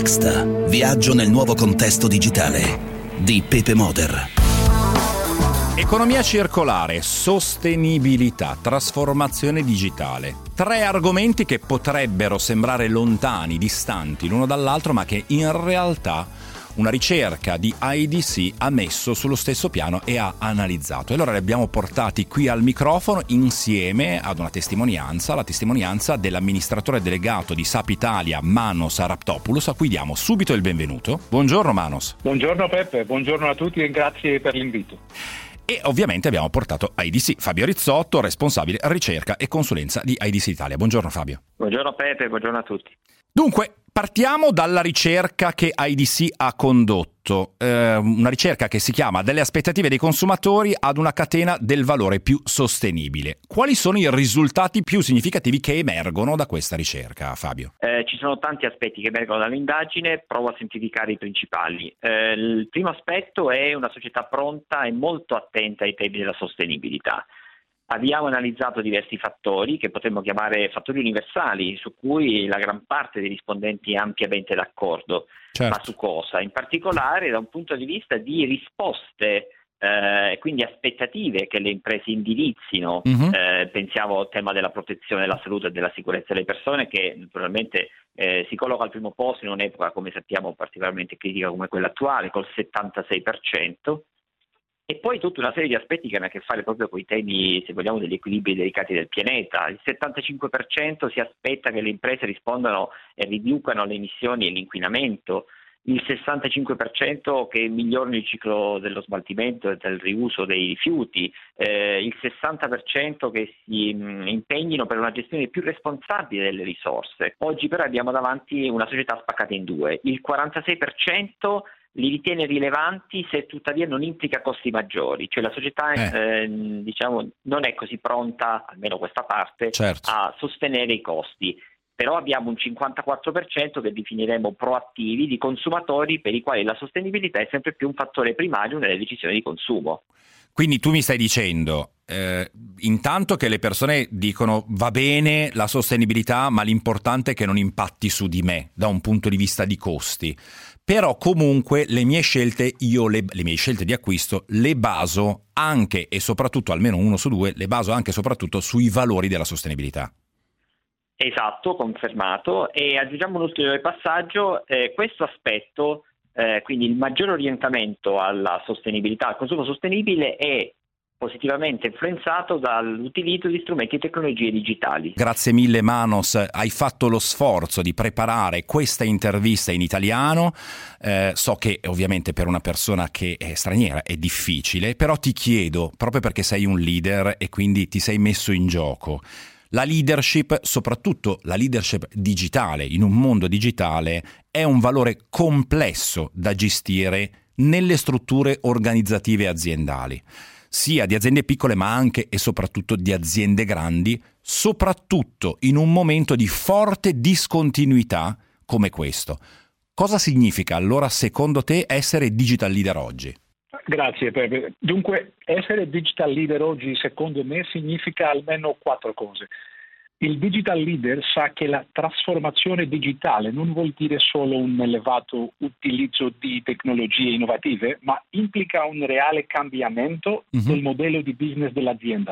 Next. Viaggio nel nuovo contesto digitale di Pepe Moder. Economia circolare, sostenibilità, trasformazione digitale. 3 argomenti che potrebbero sembrare lontani, distanti l'uno dall'altro, ma che in realtà una ricerca di IDC ha messo sullo stesso piano e ha analizzato. E allora li abbiamo portati qui al microfono insieme ad una testimonianza, la testimonianza dell'amministratore delegato di SAP Italia, Manos Raptopoulos, a cui diamo subito il benvenuto. Buongiorno Manos. Buongiorno Peppe, buongiorno a tutti e grazie per l'invito. E ovviamente abbiamo portato IDC, Fabio Rizzotto, responsabile ricerca e consulenza di IDC Italia. Buongiorno Fabio. Buongiorno Peppe, buongiorno a tutti. Dunque, partiamo dalla ricerca che IDC ha condotto, una ricerca che si chiama Dalle aspettative dei consumatori ad una catena del valore più sostenibile. Quali sono i risultati più significativi che emergono da questa ricerca, Fabio? Ci sono tanti aspetti che emergono dall'indagine, provo a semplificare i principali. Il primo aspetto è una società pronta e molto attenta ai temi della sostenibilità. Abbiamo analizzato diversi fattori che potremmo chiamare fattori universali, su cui la gran parte dei rispondenti è ampiamente d'accordo. Certo. Ma su cosa? In particolare da un punto di vista di risposte, quindi aspettative che le imprese indirizzino. Pensiamo al tema della protezione della salute e della sicurezza delle persone, che naturalmente si colloca al primo posto in un'epoca, come sappiamo, particolarmente critica come quella attuale, col 76%. E poi tutta una serie di aspetti che hanno a che fare proprio con i temi, se vogliamo, degli equilibri delicati del pianeta. Il 75% si aspetta che le imprese rispondano e riducano le emissioni e l'inquinamento, il 65% che migliorino il ciclo dello smaltimento e del riuso dei rifiuti, il 60% che si impegnino per una gestione più responsabile delle risorse. Oggi però abbiamo davanti una società spaccata in due. Il 46% li ritiene rilevanti se tuttavia non implica costi maggiori, cioè la società non è così pronta, almeno questa parte, certo, a sostenere i costi. Però abbiamo un 54% che definiremo proattivi, di consumatori per i quali la sostenibilità è sempre più un fattore primario nelle decisioni di consumo. Quindi tu mi stai dicendo intanto che le persone dicono va bene la sostenibilità, ma l'importante è che non impatti su di me da un punto di vista di costi. Però comunque le mie scelte, le mie scelte di acquisto le baso anche e soprattutto, almeno 1 su 2, le baso anche e soprattutto sui valori della sostenibilità. Esatto, confermato. E aggiungiamo un ulteriore passaggio, questo aspetto, quindi il maggiore orientamento alla sostenibilità, al consumo sostenibile, è positivamente influenzato dall'utilizzo di strumenti e tecnologie digitali. Grazie mille Manos, hai fatto lo sforzo di preparare questa intervista in italiano, so che ovviamente per una persona che è straniera è difficile, però ti chiedo, proprio perché sei un leader e quindi ti sei messo in gioco, la leadership, soprattutto la leadership digitale, in un mondo digitale, è un valore complesso da gestire nelle strutture organizzative aziendali, sia di aziende piccole ma anche e soprattutto di aziende grandi, soprattutto in un momento di forte discontinuità come questo. Cosa significa allora secondo te essere digital leader oggi? Grazie Pepe. Dunque, essere digital leader oggi secondo me significa almeno 4 cose. Il digital leader sa che la trasformazione digitale non vuol dire solo un elevato utilizzo di tecnologie innovative, ma implica un reale cambiamento del modello di business dell'azienda.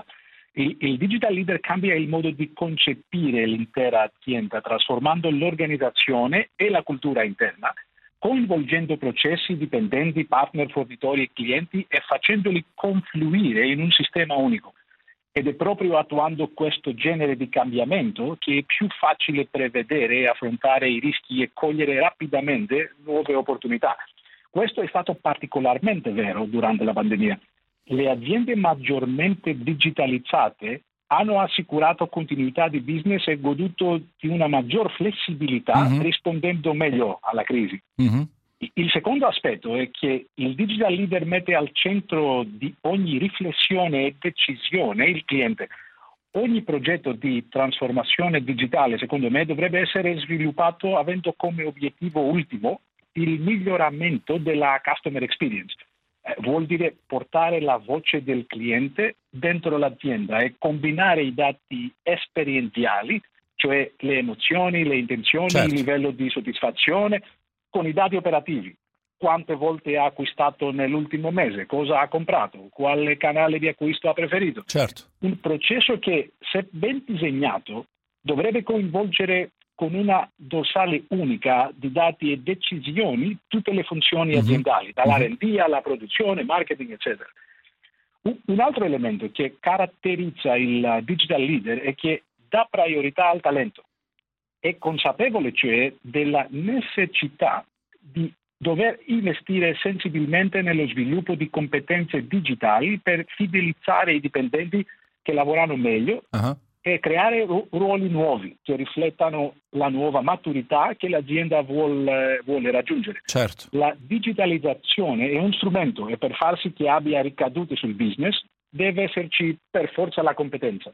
Il digital leader cambia il modo di concepire l'intera azienda, trasformando l'organizzazione e la cultura interna, coinvolgendo processi, dipendenti, partner, fornitori e clienti e facendoli confluire in un sistema unico. Ed è proprio attuando questo genere di cambiamento che è più facile prevedere e affrontare i rischi e cogliere rapidamente nuove opportunità. Questo è stato particolarmente vero durante la pandemia. Le aziende maggiormente digitalizzate hanno assicurato continuità di business e goduto di una maggior flessibilità rispondendo meglio alla crisi. Il secondo aspetto è che il digital leader mette al centro di ogni riflessione e decisione il cliente. Ogni progetto di trasformazione digitale, secondo me, dovrebbe essere sviluppato avendo come obiettivo ultimo il miglioramento della customer experience. Vuol dire portare la voce del cliente dentro l'azienda e combinare i dati esperienziali, cioè le emozioni, le intenzioni, il livello di soddisfazione, con i dati operativi. Quante volte ha acquistato nell'ultimo mese, cosa ha comprato, quale canale di acquisto ha preferito. Certo. Un processo che, se ben disegnato, dovrebbe coinvolgere con una dorsale unica di dati e decisioni tutte le funzioni aziendali, dall'R&D alla produzione, marketing, eccetera. Un altro elemento che caratterizza il digital leader è che dà priorità al talento. È consapevole, cioè, della necessità di dover investire sensibilmente nello sviluppo di competenze digitali per fidelizzare i dipendenti che lavorano meglio e creare ruoli nuovi che riflettano la nuova maturità che l'azienda vuole raggiungere. Certo. La digitalizzazione è un strumento e per far sì che abbia ricadute sul business deve esserci per forza la competenza.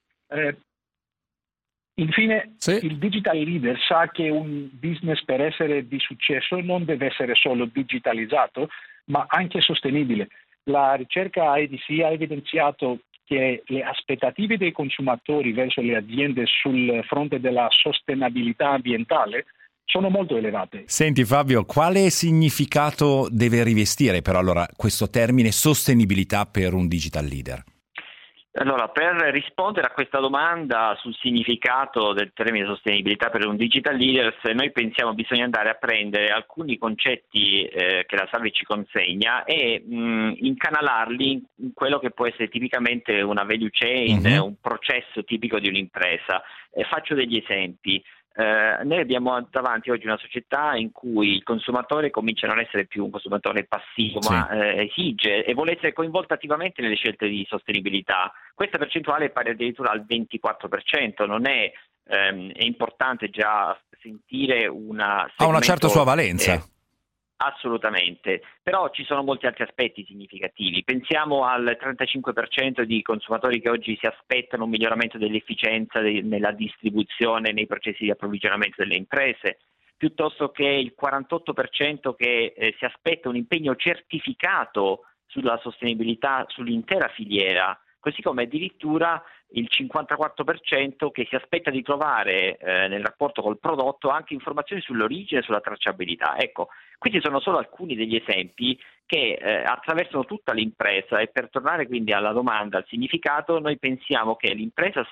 Infine, il digital leader sa che un business per essere di successo non deve essere solo digitalizzato, ma anche sostenibile. La ricerca IDC ha evidenziato che le aspettative dei consumatori verso le aziende sul fronte della sostenibilità ambientale sono molto elevate. Senti Fabio, quale significato deve rivestire però allora questo termine sostenibilità per un digital leader? Allora, per rispondere a questa domanda sul significato del termine sostenibilità per un digital leader, noi pensiamo bisogna andare a prendere alcuni concetti che la Savi ci consegna e incanalarli in quello che può essere tipicamente una value chain, un processo tipico di un'impresa. Faccio degli esempi. Noi abbiamo davanti oggi una società in cui il consumatore comincia a non essere più un consumatore passivo, ma esige e vuole essere coinvolto attivamente nelle scelte di sostenibilità. Questa percentuale è pari addirittura al 24%, non è importante già sentire ha una certa sua valenza. Assolutamente, però ci sono molti altri aspetti significativi. Pensiamo al 35% di consumatori che oggi si aspettano un miglioramento dell'efficienza nella distribuzione, nei processi di approvvigionamento delle imprese, piuttosto che il 48% che si aspetta un impegno certificato sulla sostenibilità sull'intera filiera, così come addirittura il 54% che si aspetta di trovare nel rapporto col prodotto anche informazioni sull'origine e sulla tracciabilità. Ecco, questi sono solo alcuni degli esempi che attraversano tutta l'impresa e per tornare quindi alla domanda, al significato, noi pensiamo che le imprese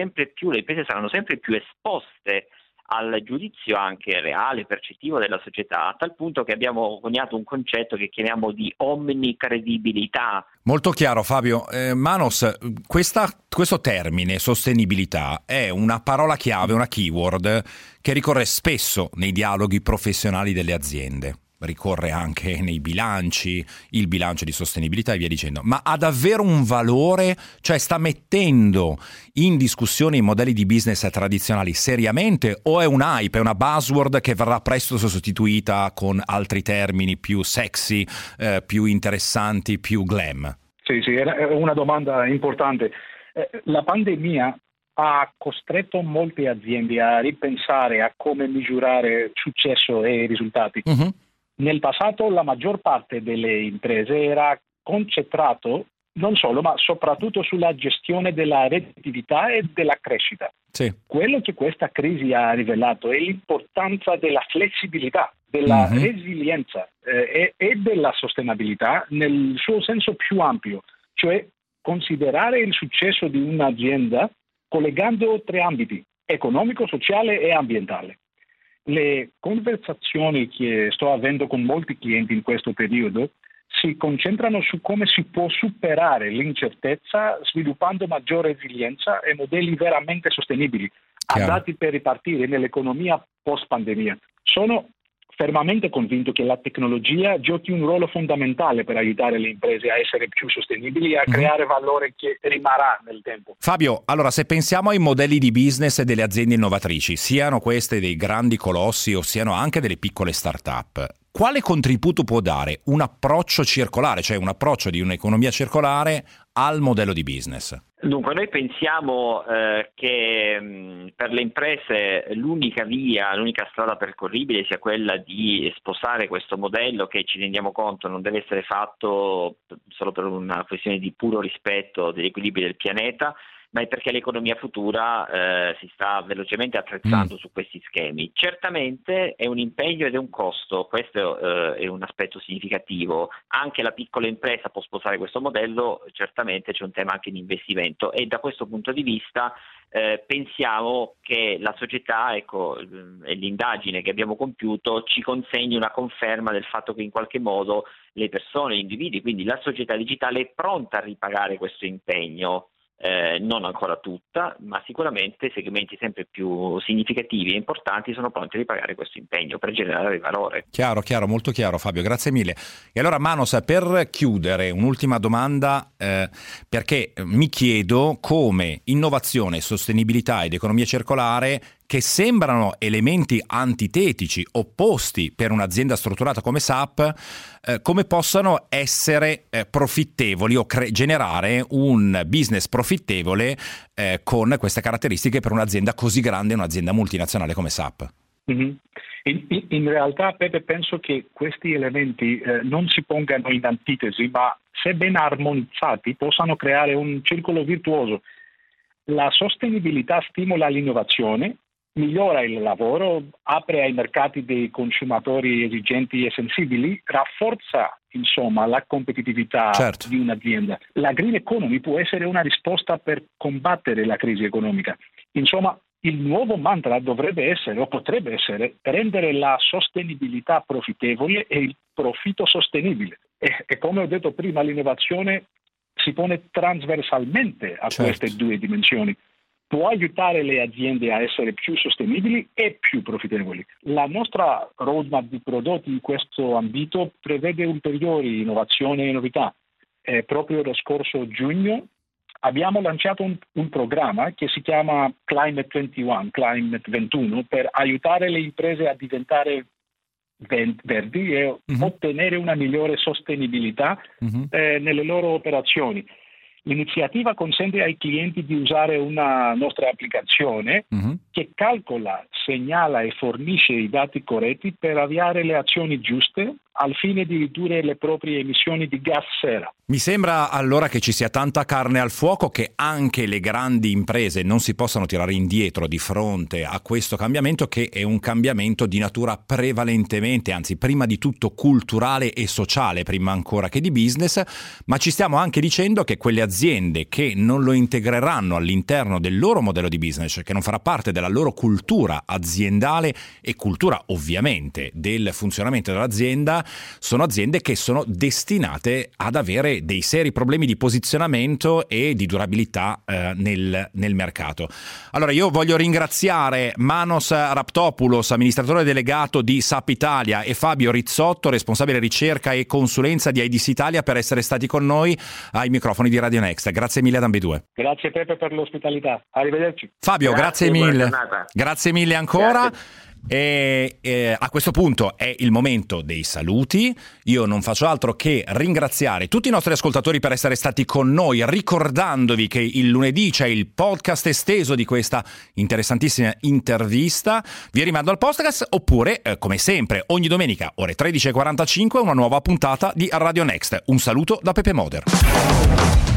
saranno sempre più esposte al giudizio anche reale, percettivo della società, a tal punto che abbiamo coniato un concetto che chiamiamo di omnicredibilità. Molto chiaro Fabio. Manos, questo termine sostenibilità è una parola chiave, una keyword che ricorre spesso nei dialoghi professionali delle aziende. Ricorre anche nei bilanci, il bilancio di sostenibilità e via dicendo, ma ha davvero un valore? Cioè sta mettendo in discussione i modelli di business tradizionali seriamente o è un hype, è una buzzword che verrà presto sostituita con altri termini più sexy, più interessanti, più glam? Sì, è una domanda importante. La pandemia ha costretto molte aziende a ripensare a come misurare successo e risultati. Nel passato la maggior parte delle imprese era concentrato non solo, ma soprattutto sulla gestione della redditività e della crescita. Sì. Quello che questa crisi ha rivelato è l'importanza della flessibilità, della resilienza e della sostenibilità nel suo senso più ampio, cioè considerare il successo di un'azienda collegando tre ambiti: economico, sociale e ambientale. Le conversazioni che sto avendo con molti clienti in questo periodo si concentrano su come si può superare l'incertezza sviluppando maggiore resilienza e modelli veramente sostenibili, adatti per ripartire nell'economia post-pandemia. Sono fermamente convinto che la tecnologia giochi un ruolo fondamentale per aiutare le imprese a essere più sostenibili e a creare valore che rimarrà nel tempo. Fabio, allora se pensiamo ai modelli di business delle aziende innovatrici, siano queste dei grandi colossi o siano anche delle piccole start-up, quale contributo può dare un approccio circolare, cioè un approccio di un'economia circolare al modello di business? Dunque, noi pensiamo che per le imprese l'unica strada percorribile sia quella di sposare questo modello che, ci rendiamo conto, non deve essere fatto solo per una questione di puro rispetto degli equilibri del pianeta, ma è perché l'economia futura si sta velocemente attrezzando su questi schemi. Certamente è un impegno ed è un costo, questo è un aspetto significativo. Anche la piccola impresa può sposare questo modello, certamente c'è un tema anche di investimento, e da questo punto di vista pensiamo che la società, e l'indagine che abbiamo compiuto ci consegni una conferma del fatto che in qualche modo le persone, gli individui, quindi la società digitale è pronta a ripagare questo impegno. Non ancora tutta, ma sicuramente segmenti sempre più significativi e importanti sono pronti a ripagare questo impegno per generare valore. Chiaro, molto chiaro, Fabio, grazie mille. E allora Manos, per chiudere un'ultima domanda, perché mi chiedo come innovazione, sostenibilità ed economia circolare, che sembrano elementi antitetici, opposti per un'azienda strutturata come SAP, come possano essere profittevoli o generare un business profittevole con queste caratteristiche per un'azienda così grande, un'azienda multinazionale come SAP. Mm-hmm. In realtà, Pepe, penso che questi elementi non si pongano in antitesi, ma se ben armonizzati possano creare un circolo virtuoso. La sostenibilità stimola l'innovazione, migliora il lavoro, apre ai mercati dei consumatori esigenti e sensibili, rafforza insomma la competitività di un'azienda. La green economy può essere una risposta per combattere la crisi economica. Insomma, il nuovo mantra dovrebbe essere o potrebbe essere rendere la sostenibilità profittevole e il profitto sostenibile. E come ho detto prima, l'innovazione si pone trasversalmente a queste due dimensioni. Può aiutare le aziende a essere più sostenibili e più profittevoli. La nostra roadmap di prodotti in questo ambito prevede ulteriori innovazioni e novità. Proprio lo scorso giugno abbiamo lanciato un programma che si chiama Climate 21 per aiutare le imprese a diventare verdi e ottenere una migliore sostenibilità nelle loro operazioni. L'iniziativa consente ai clienti di usare una nostra applicazione che calcola, segnala e fornisce i dati corretti per avviare le azioni giuste al fine di ridurre le proprie emissioni di gas sera. Mi sembra allora che ci sia tanta carne al fuoco, che anche le grandi imprese non si possano tirare indietro di fronte a questo cambiamento, che è un cambiamento di natura prevalentemente, anzi prima di tutto culturale e sociale, prima ancora che di business, ma ci stiamo anche dicendo che quelle aziende che non lo integreranno all'interno del loro modello di business, che non farà parte della loro cultura aziendale e cultura ovviamente del funzionamento dell'azienda, sono aziende che sono destinate ad avere dei seri problemi di posizionamento e di durabilità nel mercato. Allora io voglio ringraziare Manos Raptopoulos, amministratore delegato di SAP Italia, e Fabio Rizzotto, responsabile ricerca e consulenza di IDC Italia, per essere stati con noi ai microfoni di Radio Next. Grazie mille ad ambedue. Grazie Pepe per l'ospitalità. Arrivederci. Fabio, grazie mille. Grazie mille ancora. Grazie. E a questo punto è il momento dei saluti. Io non faccio altro che ringraziare tutti i nostri ascoltatori per essere stati con noi, ricordandovi che il lunedì c'è il podcast esteso di questa interessantissima intervista. Vi rimando al podcast, oppure come sempre ogni domenica ore 13:45 una nuova puntata di Radio Next. Un saluto da Pepe Moder.